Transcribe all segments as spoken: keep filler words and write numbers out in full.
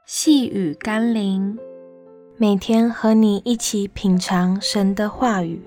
细雨甘霖，每天和你一起品尝神的话语。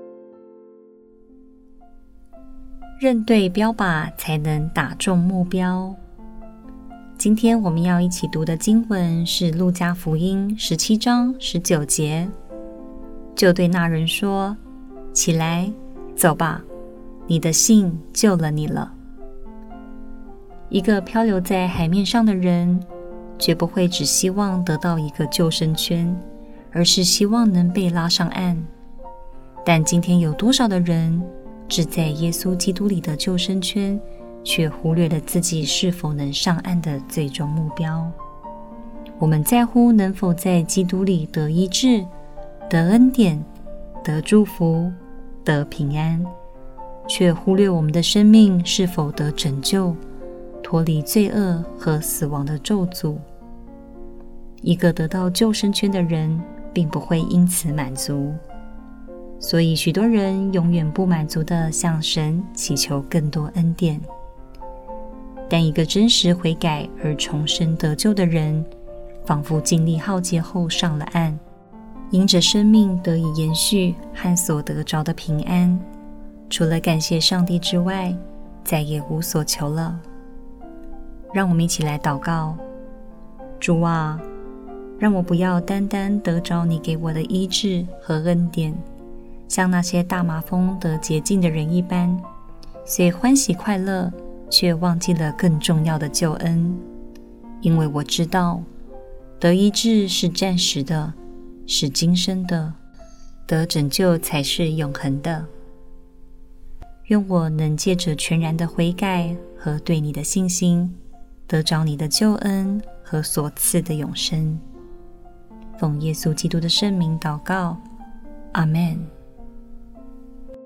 认对标靶才能打中目标。今天我们要一起读的经文是路加福音十七章十九节，就对那人说：起来，走吧，你的信救了你了。一个漂流在海面上的人，绝不会只希望得到一个救生圈，而是希望能被拉上岸。但今天有多少的人只在耶稣基督里的救生圈，却忽略了自己是否能上岸的最终目标？我们在乎能否在基督里得医治、得恩典、得祝福、得平安，却忽略我们的生命是否得拯救，脱离罪恶和死亡的咒诅。一个得到救生圈的人并不会因此满足，所以许多人永远不满足地向神祈求更多恩典。但一个真实悔改而重生得救的人，仿佛经历浩劫后上了岸，因着生命得以延续和所得着的平安，除了感谢上帝之外，再也无所求了。让我们一起来祷告。主啊，让我不要单单得着你给我的医治和恩典，像那些大麻风得洁净的人一般，虽欢喜快乐，却忘记了更重要的救恩。因为我知道，得医治是暂时的，是今生的，得拯救才是永恒的。愿我能借着全然的悔改和对你的信心，得着你的救恩和所赐的永生。奉耶稣基督的圣名祷告，阿们。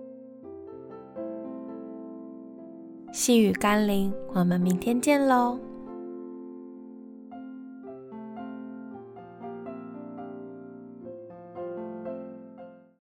细雨甘霖，我们明天见喽。